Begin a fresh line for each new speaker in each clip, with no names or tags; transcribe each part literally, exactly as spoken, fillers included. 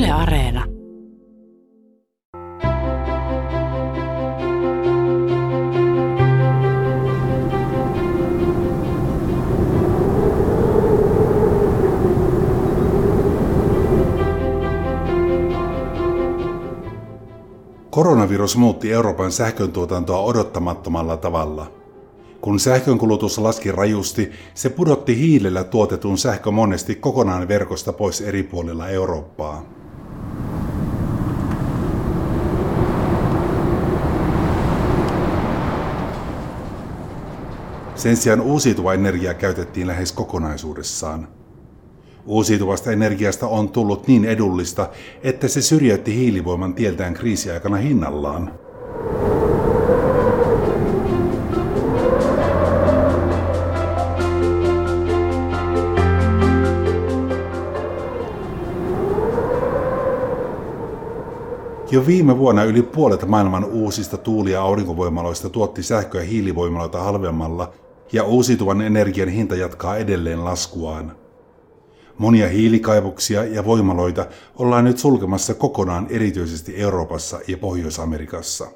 Yle Areena.
Koronavirus muutti Euroopan sähköntuotantoa odottamattomalla tavalla. Kun sähkönkulutus laski rajusti, se pudotti hiilellä tuotetun sähkö monesti kokonaan verkosta pois eri puolilla Eurooppaa. Sen sijaan uusiutuvaa energiaa käytettiin lähes kokonaisuudessaan. Uusiutuvasta energiasta on tullut niin edullista, että se syrjäytti hiilivoiman tieltään kriisiaikana hinnallaan. Jo viime vuonna yli puolet maailman uusista tuuli- ja aurinkovoimaloista tuotti sähköä hiilivoimaloita halvemmalla, ja uusiutuvan energian hinta jatkaa edelleen laskuaan. Monia hiilikaivoksia ja voimaloita ollaan nyt sulkemassa kokonaan erityisesti Euroopassa ja Pohjois-Amerikassa.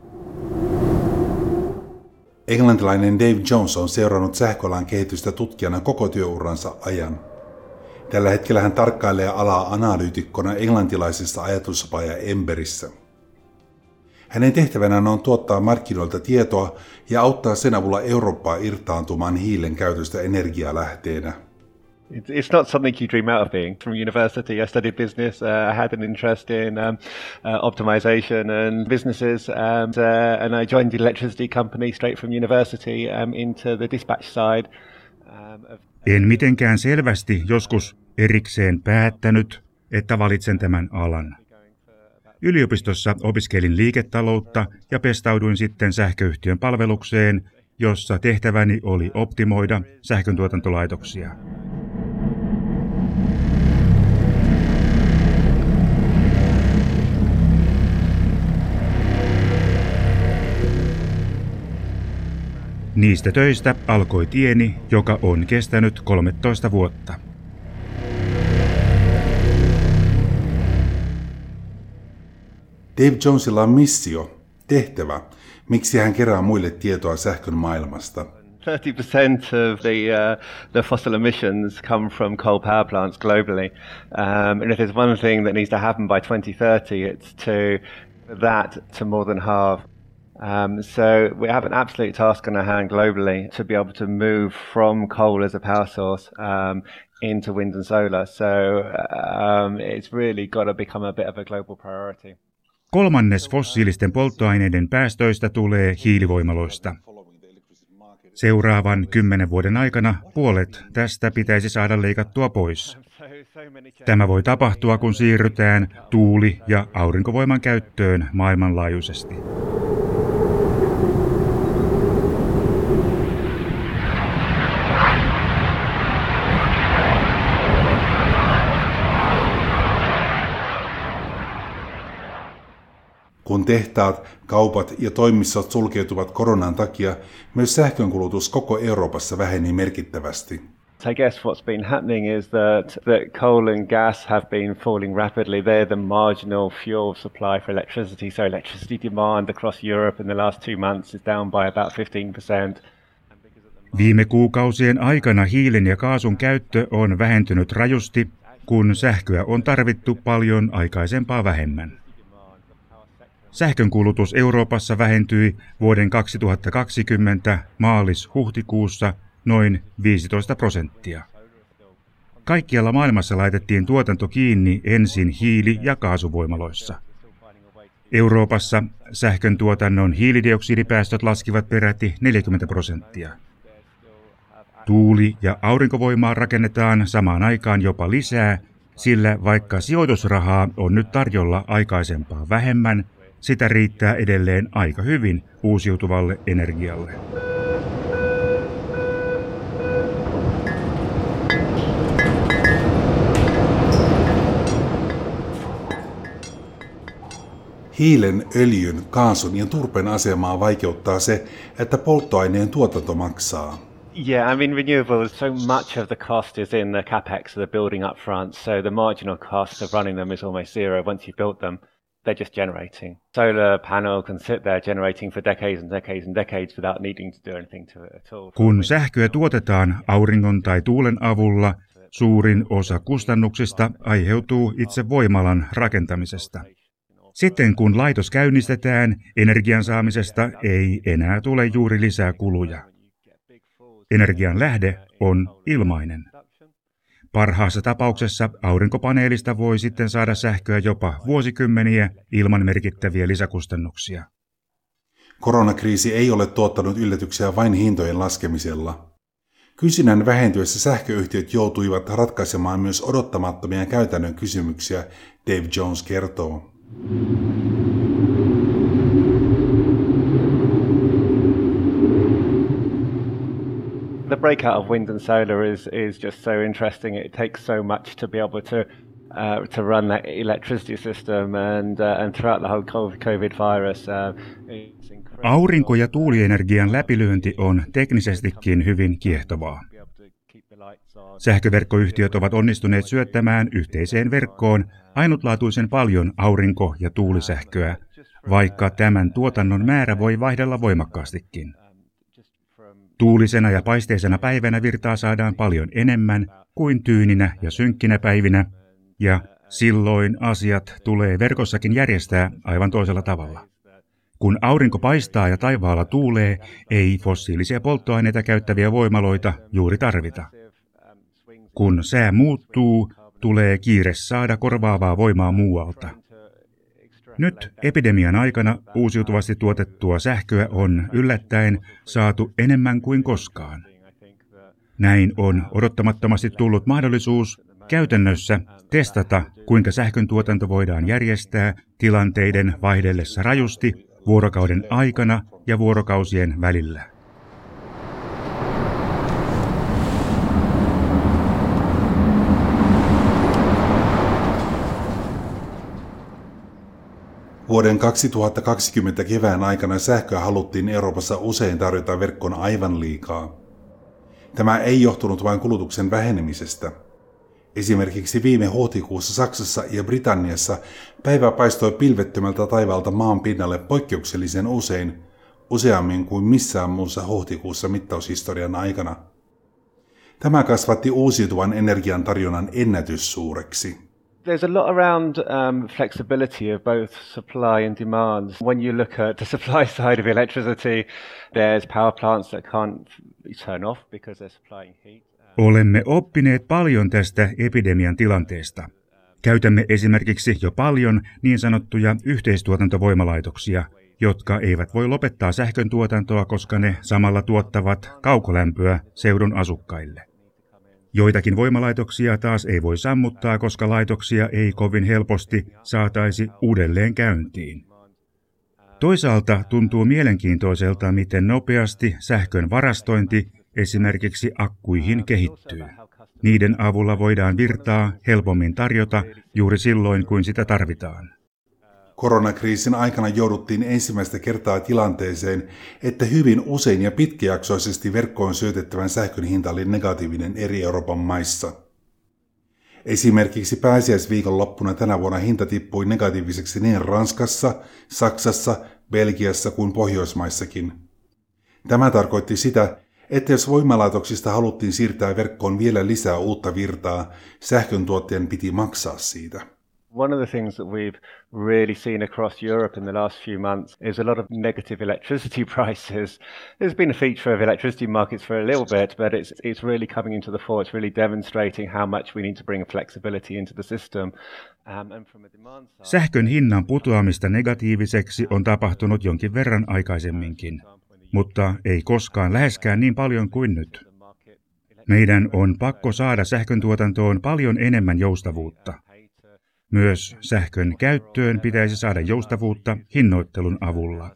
Englantilainen Dave Jones on seurannut sähköalan kehitystä tutkijana koko työuransa ajan. Tällä hetkellä hän tarkkailee alaa analyytikkona englantilaisessa ajatuspaja Emberissä. Hänen tehtävänään on tuottaa markkinoilta tietoa ja auttaa sen avulla Eurooppaa irtaantumaan hiilen käytöstä energialähteenä.
It's not something you dream out of being. From university, I studied business. Uh, I had an interest in um, uh, optimization and businesses, and, uh, and I joined the electricity company straight from university um, into the dispatch side. Um, of...
En mitenkään selvästi joskus erikseen päättänyt, että valitsen tämän alan. Yliopistossa opiskelin liiketaloutta ja pestauduin sitten sähköyhtiön palvelukseen, jossa tehtäväni oli optimoida sähköntuotantolaitoksia. Niistä töistä alkoi tieni, joka on kestänyt kolmetoista vuotta.
Dave Jonesilla on missio, tehtävä, miksi hän kerää muille tietoa sähkön maailmasta.
thirty percent of the uh, the fossil emissions come from coal power plants globally, um, and if there's one thing that needs to happen by twenty thirty, it's to that to more than halve. Um, so we have an absolute task on our hand globally to be able to move from coal as a power source um, into wind and solar. So um, it's really got to become a bit of a global priority.
Kolmannes fossiilisten polttoaineiden päästöistä tulee hiilivoimaloista. Seuraavan kymmenen vuoden aikana puolet tästä pitäisi saada leikattua pois. Tämä voi tapahtua, kun siirrytään tuuli- ja aurinkovoiman käyttöön maailmanlaajuisesti.
Kun tehtaat, kaupat ja toimistot sulkeutuvat koronan takia, myös sähkönkulutus koko Euroopassa väheni merkittävästi.
I guess what's been happening is that, that coal and gas have been falling rapidly. They're the marginal fuel supply for electricity. So electricity demand across Europe in the last two months is down by about fifteen percent.
Viime kuukausien aikana hiilen ja kaasun käyttö on vähentynyt rajusti, kun sähköä on tarvittu paljon aikaisempaa vähemmän. Sähkönkulutus Euroopassa vähentyi vuoden kaksituhattakaksikymmentä maalis-huhtikuussa noin viisitoista prosenttia. Kaikkialla maailmassa laitettiin tuotanto kiinni ensin hiili- ja kaasuvoimaloissa. Euroopassa sähkön tuotannon hiilidioksidipäästöt laskivat peräti neljäkymmentä prosenttia. Tuuli- ja aurinkovoimaa rakennetaan samaan aikaan jopa lisää, sillä vaikka sijoitusrahaa on nyt tarjolla aikaisempaa vähemmän, sitä riittää edelleen aika hyvin uusiutuvalle energialle.
Hiilen, öljyn, kaasun ja turpeen asemaa vaikeuttaa se, että polttoaineen tuotanto maksaa.
Yeah, I mean, renewables, so much of the cost is in the capex of the building up front, so the marginal cost of running them is almost zero once you've built them. They're just generating. Solar panel can sit there generating for decades and decades and decades without needing to do anything to it at all.
Kun sähköä tuotetaan auringon tai tuulen avulla, suurin osa kustannuksista aiheutuu itse voimalan rakentamisesta. Sitten kun laitos käynnistetään, energian saamisesta ei enää tule juuri lisää kuluja. Energian lähde on ilmainen. Parhaassa tapauksessa aurinkopaneelista voi sitten saada sähköä jopa vuosikymmeniä ilman merkittäviä lisäkustannuksia.
Koronakriisi ei ole tuottanut yllätyksiä vain hintojen laskemisella. Kysynnän vähentyessä sähköyhtiöt joutuivat ratkaisemaan myös odottamattomia käytännön kysymyksiä, Dave Jones kertoo.
The breakout of wind and solar is is just so interesting. It takes so much to be able to uh, to run that electricity system, and uh, and throughout the whole COVID virus. Uh, it's incredible.
Aurinko- ja tuulienergian läpilyönti on teknisestikin hyvin kiehtovaa. Sähköverkkoyhtiöt ovat onnistuneet syöttämään yhteiseen verkkoon ainutlaatuisen paljon aurinko- ja tuulisähköä, vaikka tämän tuotannon määrä voi vaihdella voimakkaastikin. Tuulisena ja paisteisena päivänä virtaa saadaan paljon enemmän kuin tyyninä ja synkkinä päivinä, ja silloin asiat tulee verkossakin järjestää aivan toisella tavalla. Kun aurinko paistaa ja taivaalla tuulee, ei fossiilisia polttoaineita käyttäviä voimaloita juuri tarvita. Kun sää muuttuu, tulee kiire saada korvaavaa voimaa muualta. Nyt epidemian aikana uusiutuvasti tuotettua sähköä on yllättäen saatu enemmän kuin koskaan. Näin on odottamattomasti tullut mahdollisuus käytännössä testata, kuinka sähkön tuotanto voidaan järjestää tilanteiden vaihdellessa rajusti vuorokauden aikana ja vuorokausien välillä.
Vuoden kaksituhattakaksikymmentä kevään aikana sähköä haluttiin Euroopassa usein tarjota verkkoon aivan liikaa. Tämä ei johtunut vain kulutuksen vähenemisestä. Esimerkiksi viime huhtikuussa Saksassa ja Britanniassa päivä paistoi pilvettömältä taivaalta maan pinnalle poikkeuksellisen usein, useammin kuin missään muussa huhtikuussa mittaushistorian aikana. Tämä kasvatti uusiutuvan energian tarjonnan ennätyssuureksi.
There's a lot around um, flexibility of both supply and demand. When you look at the supply side of electricity, there's power plants that can't turn off because they're supplying heat.
Olemme oppineet paljon tästä epidemian tilanteesta. Käytämme esimerkiksi jo paljon niin sanottuja yhteistuotantovoimalaitoksia, jotka eivät voi lopettaa sähkön tuotantoa, koska ne samalla tuottavat kaukolämpöä seudun asukkaille. Joitakin voimalaitoksia taas ei voi sammuttaa, koska laitoksia ei kovin helposti saataisi uudelleen käyntiin. Toisaalta tuntuu mielenkiintoiselta, miten nopeasti sähkön varastointi esimerkiksi akkuihin kehittyy. Niiden avulla voidaan virtaa helpommin tarjota juuri silloin, kun sitä tarvitaan.
Koronakriisin aikana jouduttiin ensimmäistä kertaa tilanteeseen, että hyvin usein ja pitkäjaksoisesti verkkoon syötettävän sähkön hinta oli negatiivinen eri Euroopan maissa. Esimerkiksi pääsiäisviikon loppuna tänä vuonna hinta tippui negatiiviseksi niin Ranskassa, Saksassa, Belgiassa kuin Pohjoismaissakin. Tämä tarkoitti sitä, että jos voimalaitoksista haluttiin siirtää verkkoon vielä lisää uutta virtaa, sähköntuottajan piti maksaa siitä.
One of the things that we've really seen across Europe in the last few months is a lot of negative electricity prices. There's been a feature of electricity markets for a little bit, but it's it's really coming into the fore. It's really demonstrating how much we need to bring flexibility into the system. Um, and from a demand side...
Sähkön hinnan putoamista negatiiviseksi on tapahtunut jonkin verran aikaisemminkin, mutta ei koskaan läheskään niin paljon kuin nyt. Meidän on pakko saada sähköntuotantoon paljon enemmän joustavuutta. Myös sähkön käyttöön pitäisi saada joustavuutta hinnoittelun avulla.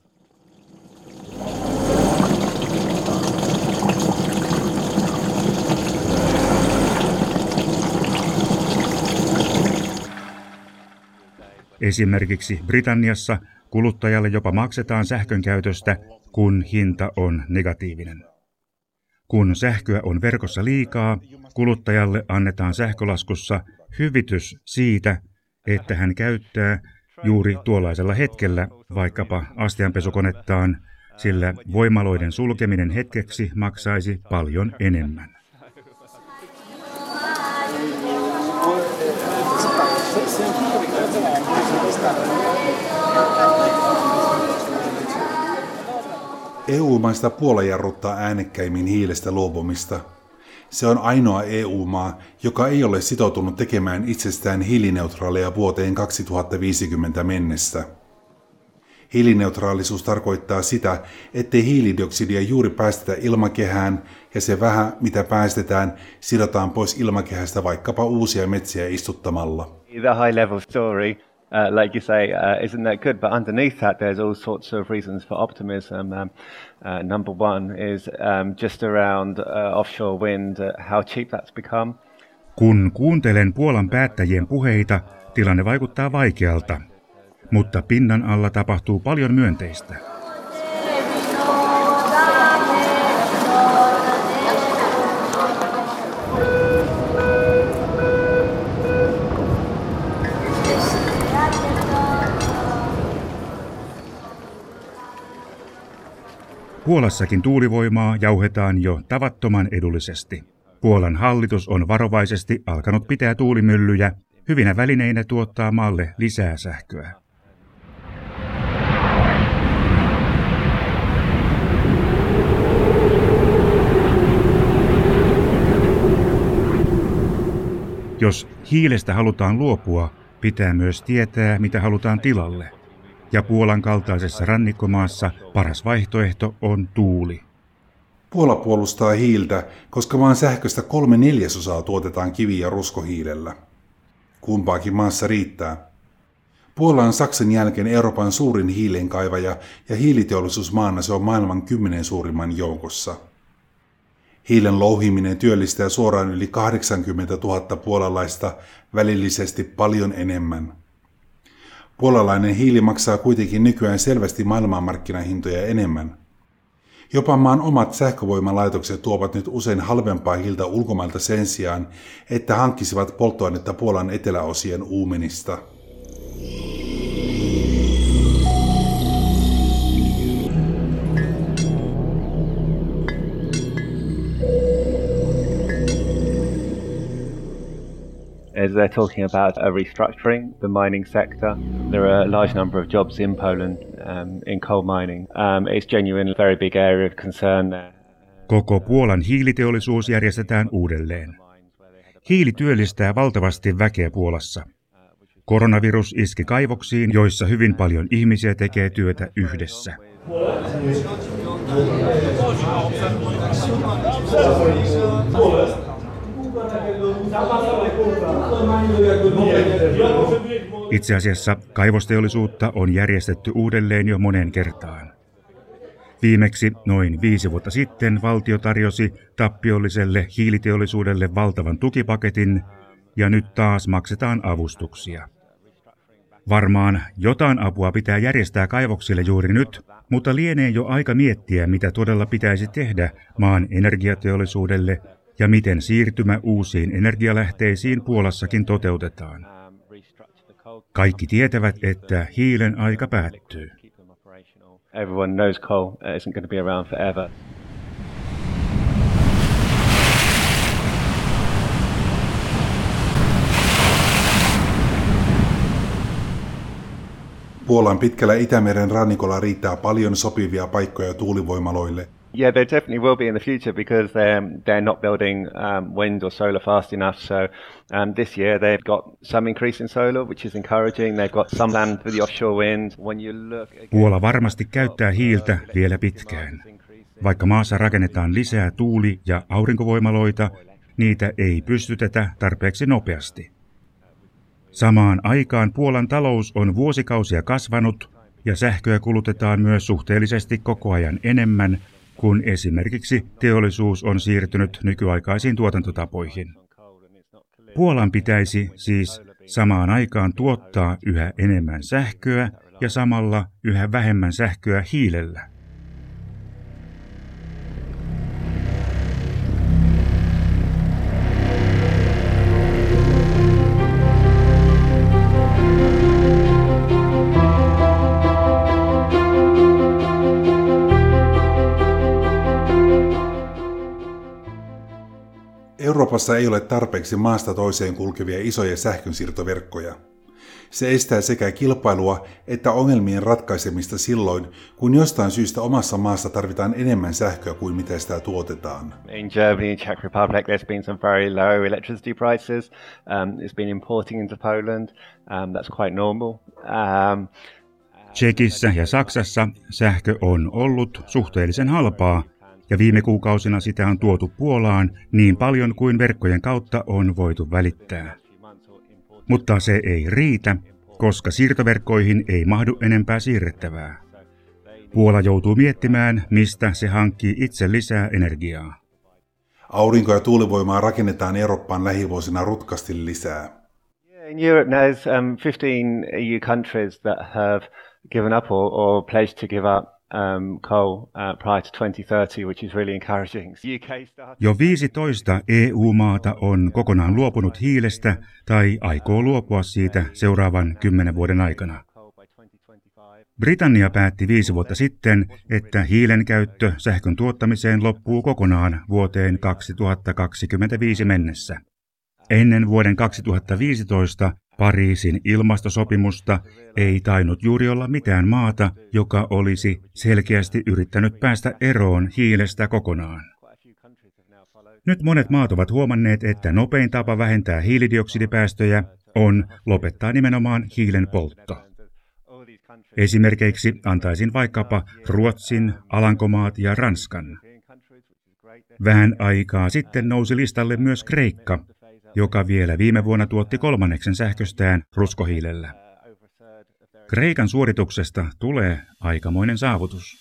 Esimerkiksi Britanniassa kuluttajalle jopa maksetaan sähkön käytöstä, kun hinta on negatiivinen. Kun sähköä on verkossa liikaa, kuluttajalle annetaan sähkölaskussa hyvitys siitä, että hän käyttää juuri tuollaisella hetkellä vaikkapa astianpesukonettaan, sillä voimaloiden sulkeminen hetkeksi maksaisi paljon enemmän.
E U-maista Puola jarruttaa äänekkäimmin hiilestä luopumista. Se on ainoa E U-maa, joka ei ole sitoutunut tekemään itsestään hiilineutraaleja vuoteen kaksituhattaviisikymmentä mennessä. Hiilineutraalisuus tarkoittaa sitä, ettei hiilidioksidia juuri päästetä ilmakehään ja se vähän, mitä päästetään, sidotaan pois ilmakehästä vaikkapa uusia metsiä istuttamalla.
The high level story, uh, like you say, uh, isn't that good? But underneath that, there's all sorts of reasons for optimism. Um, uh, number one is um, just around uh, offshore wind, uh, how cheap that's become.
Kun kuuntelen Puolan päättäjien puheita, tilanne vaikuttaa vaikealta, mutta pinnan alla tapahtuu paljon myönteistä. Puolassakin tuulivoimaa jauhetaan jo tavattoman edullisesti. Puolan hallitus on varovaisesti alkanut pitää tuulimyllyjä hyvinä välineinä tuottaa maalle lisää sähköä. Jos hiilestä halutaan luopua, pitää myös tietää, mitä halutaan tilalle. Ja Puolan kaltaisessa rannikkomaassa paras vaihtoehto on tuuli.
Puola puolustaa hiiltä, koska maan sähköstä kolme neljäsosaa tuotetaan kivi- ja ruskohiilellä. Kumpaakin maassa riittää. Puola on Saksan jälkeen Euroopan suurin hiilenkaivaja ja hiiliteollisuusmaana se on maailman kymmenen suurimman joukossa. Hiilen louhiminen työllistää suoraan yli kahdeksankymmentätuhatta puolalaista, välillisesti paljon enemmän. Puolalainen hiili maksaa kuitenkin nykyään selvästi maailmanmarkkinahintoja enemmän. Jopa maan omat sähkövoimalaitokset tuovat nyt usein halvempaa hiiltä ulkomailta sen sijaan, että hankkisivat polttoainetta Puolan eteläosien uumenista.
As they're talking about a restructuring the mining sector. There are a large number of jobs in Poland um, in coal mining. Um, it's genuinely a very big area of concern there.
Koko Puolan hiiliteollisuus järjestetään uudelleen. Hiili työllistää valtavasti väkeä Puolassa. Koronavirus iski kaivoksiin, joissa hyvin paljon ihmisiä tekee työtä yhdessä. Itse asiassa kaivosteollisuutta on järjestetty uudelleen jo moneen kertaan. Viimeksi noin viisi vuotta sitten valtio tarjosi tappiolliselle hiiliteollisuudelle valtavan tukipaketin ja nyt taas maksetaan avustuksia. Varmaan jotain apua pitää järjestää kaivoksille juuri nyt, mutta lienee jo aika miettiä, mitä todella pitäisi tehdä maan energiateollisuudelle ja miten siirtymä uusiin energialähteisiin Puolassakin toteutetaan. Kaikki tietävät, että hiilen aika päättyy.
Everyone knows coal isn't going to be around forever.
Puolan pitkällä Itämeren rannikolla riittää paljon sopivia paikkoja tuulivoimaloille.
Yeah, there definitely will be in the future because they're they're not building um, wind or solar fast enough. So um, this year they've got some increase in solar, which is encouraging. They've got some land for the offshore wind. When you look again,
Puola varmasti käyttää hiiltä vielä pitkään. Vaikka maassa rakennetaan lisää tuuli- ja aurinkovoimaloita, niitä ei pystytetä tarpeeksi nopeasti. Samaan aikaan Puolan talous on vuosikausia kasvanut ja sähköä kulutetaan myös suhteellisesti koko ajan enemmän, kun esimerkiksi teollisuus on siirtynyt nykyaikaisiin tuotantotapoihin. Puolan pitäisi siis samaan aikaan tuottaa yhä enemmän sähköä ja samalla yhä vähemmän sähköä hiilellä.
Euroopassa ei ole tarpeeksi maasta toiseen kulkevia isoja sähkönsiirtoverkkoja. Se estää sekä kilpailua että ongelmien ratkaisemista silloin, kun jostain syystä omassa maassa tarvitaan enemmän sähköä kuin mitä sitä tuotetaan.
In Germany and Czech Republic there's been some very low electricity prices. Um, it's been importing into Poland. Um, that's quite normal. Um,
Tšekissä ja Saksassa sähkö on ollut suhteellisen halpaa, ja viime kuukausina sitä on tuotu Puolaan niin paljon kuin verkkojen kautta on voitu välittää. Mutta se ei riitä, koska siirtoverkkoihin ei mahdu enempää siirrettävää. Puola joutuu miettimään, mistä se hankkii itse lisää energiaa.
Aurinko- ja tuulivoimaa rakennetaan Eurooppaan lähivuosina rutkasti lisää.
In Europe now there's um, fifteen E U countries that have given up or, or pledged to give up um, coal uh, prior to twenty thirty, which is really encouraging. U K started...
Jo viisitoista E U-maata on kokonaan luopunut hiilestä tai aikoo luopua siitä seuraavan kymmenen vuoden aikana. Britannia päätti viisi vuotta sitten, että hiilen käyttö sähkön tuottamiseen loppuu kokonaan vuoteen kaksituhattakaksikymmentäviisi mennessä. Ennen vuoden kaksituhattaviisitoista Pariisin ilmastosopimusta ei tainnut juuri olla mitään maata, joka olisi selkeästi yrittänyt päästä eroon hiilestä kokonaan. Nyt monet maat ovat huomanneet, että nopein tapa vähentää hiilidioksidipäästöjä on lopettaa nimenomaan hiilen poltto. Esimerkiksi antaisin vaikkapa Ruotsin, Alankomaat ja Ranskan. Vähän aikaa sitten nousi listalle myös Kreikka, joka vielä viime vuonna tuotti kolmanneksen sähköstään ruskohiilellä. Kreikan suorituksesta tulee aikamoinen saavutus.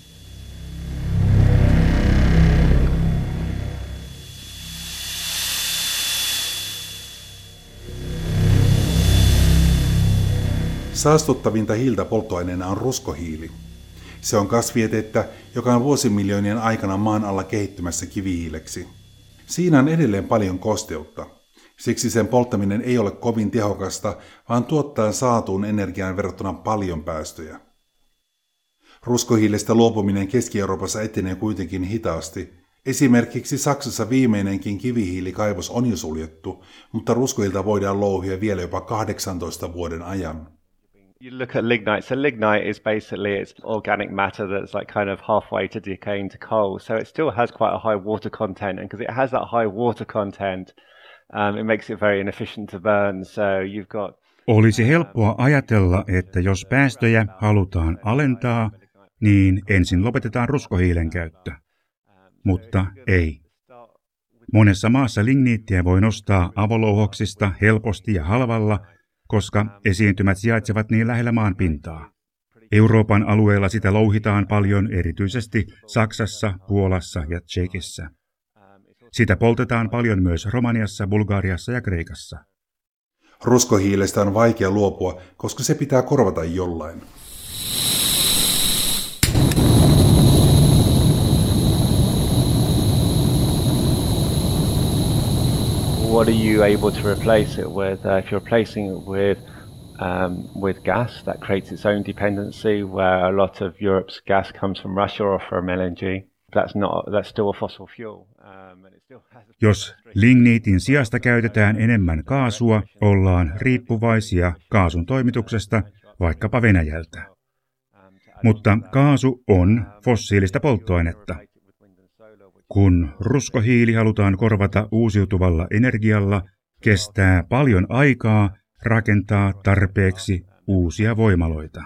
Saastuttavinta hiiltä polttoaineena on ruskohiili. Se on kasvietettä, joka on vuosimiljoonien aikana maan alla kehittymässä kivihiileksi. Siinä on edelleen paljon kosteutta. Siksi sen polttaminen ei ole kovin tehokasta, vaan tuottaa saatuun energiaan verrattuna paljon päästöjä. Ruskohiilestä luopuminen Keski-Euroopassa etenee kuitenkin hitaasti. Esimerkiksi Saksassa viimeinenkin kivihiilikaivos on jo suljettu, mutta ruskohiiltä voidaan louhia vielä jopa kahdeksantoista vuoden ajan.
You look at lignite. So lignite is basically it's organic matter that's like kind of halfway to decay into coal. So it still has quite a high water content, and because it has that high water content, um, it makes it very inefficient to burn. So you've got.
Olisi helppoa ajatella, että jos päästöjä halutaan alentaa, niin ensin lopetetaan ruskohiilen käyttö. Mutta ei. Monessa maassa ligniittiä voi nostaa avolouhoksista helposti ja halvalla, koska esiintymät sijaitsevat niin lähellä maan pintaa. Euroopan alueella sitä louhitaan paljon, erityisesti Saksassa, Puolassa ja Tšekissä. Sitä poltetaan paljon myös Romaniassa, Bulgariassa ja Kreikassa.
Ruskohiilestä on vaikea luopua, koska se pitää korvata jollain.
What are you able to replace it with? Uh, if you're replacing it with um, with gas, that creates its own dependency. Where a lot of Europe's gas comes from Russia or from L N G, that's not that's still a fossil fuel. Um, and it still has a...
Jos ligniitin sijasta käytetään enemmän kaasua, ollaan riippuvaisia kaasun toimituksesta vaikkapa Venäjältä. Mutta kaasu on fossiilista polttoainetta. Kun ruskohiili halutaan korvata uusiutuvalla energialla, kestää paljon aikaa rakentaa tarpeeksi uusia voimaloita.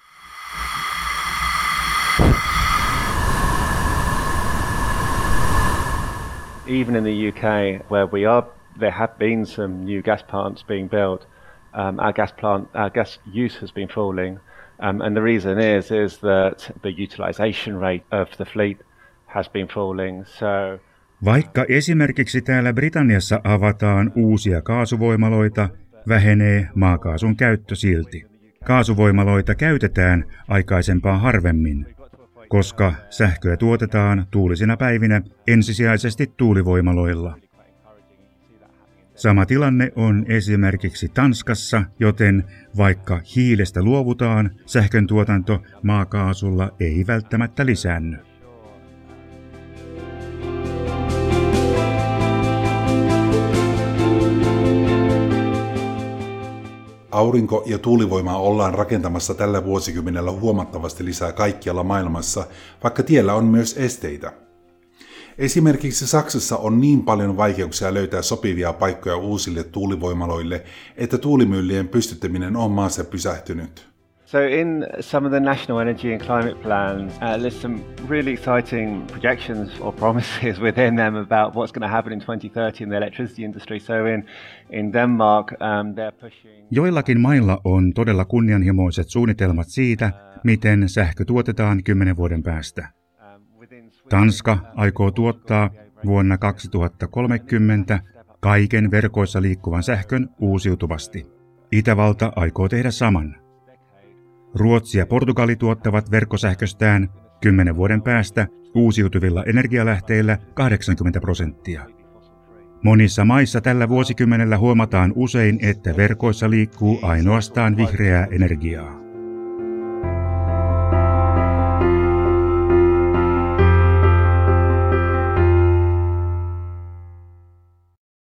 Even in the U K, where we are, there have been some new gas plants being built. Um, our gas plant, our gas use has been falling, um, and the reason is is that the utilization rate of the fleet has been falling, so...
Vaikka esimerkiksi täällä Britanniassa avataan uusia kaasuvoimaloita, vähenee maakaasun käyttö silti. Kaasuvoimaloita käytetään aikaisempaa harvemmin, koska sähköä tuotetaan tuulisina päivinä ensisijaisesti tuulivoimaloilla. Sama tilanne on esimerkiksi Tanskassa, joten vaikka hiilestä luovutaan, sähkön tuotanto maakaasulla ei välttämättä lisäänny.
Aurinko- ja tuulivoimaa ollaan rakentamassa tällä vuosikymmenellä huomattavasti lisää kaikkialla maailmassa, vaikka tiellä on myös esteitä. Esimerkiksi Saksassa on niin paljon vaikeuksia löytää sopivia paikkoja uusille tuulivoimaloille, että tuulimyllien pystyttäminen on maassa pysähtynyt.
So in some of the national energy and climate plans, uh, there's some really exciting projections or promises within them about what's going to happen in twenty thirty in the electricity industry. So in, in Denmark, um, they're pushing...
Joillakin mailla on todella kunnianhimoiset suunnitelmat siitä, miten sähkö tuotetaan kymmenen vuoden päästä. Tanska aikoo tuottaa vuonna kaksituhattakolmekymmentä kaiken verkoissa liikkuvan sähkön uusiutuvasti. Itävalta aikoo tehdä saman. Ruotsi ja Portugali tuottavat verkkosähköstään kymmenen vuoden päästä uusiutuvilla energialähteillä kahdeksankymmentä prosenttia. Monissa maissa tällä vuosikymmenellä huomataan usein, että verkoissa liikkuu ainoastaan vihreää energiaa.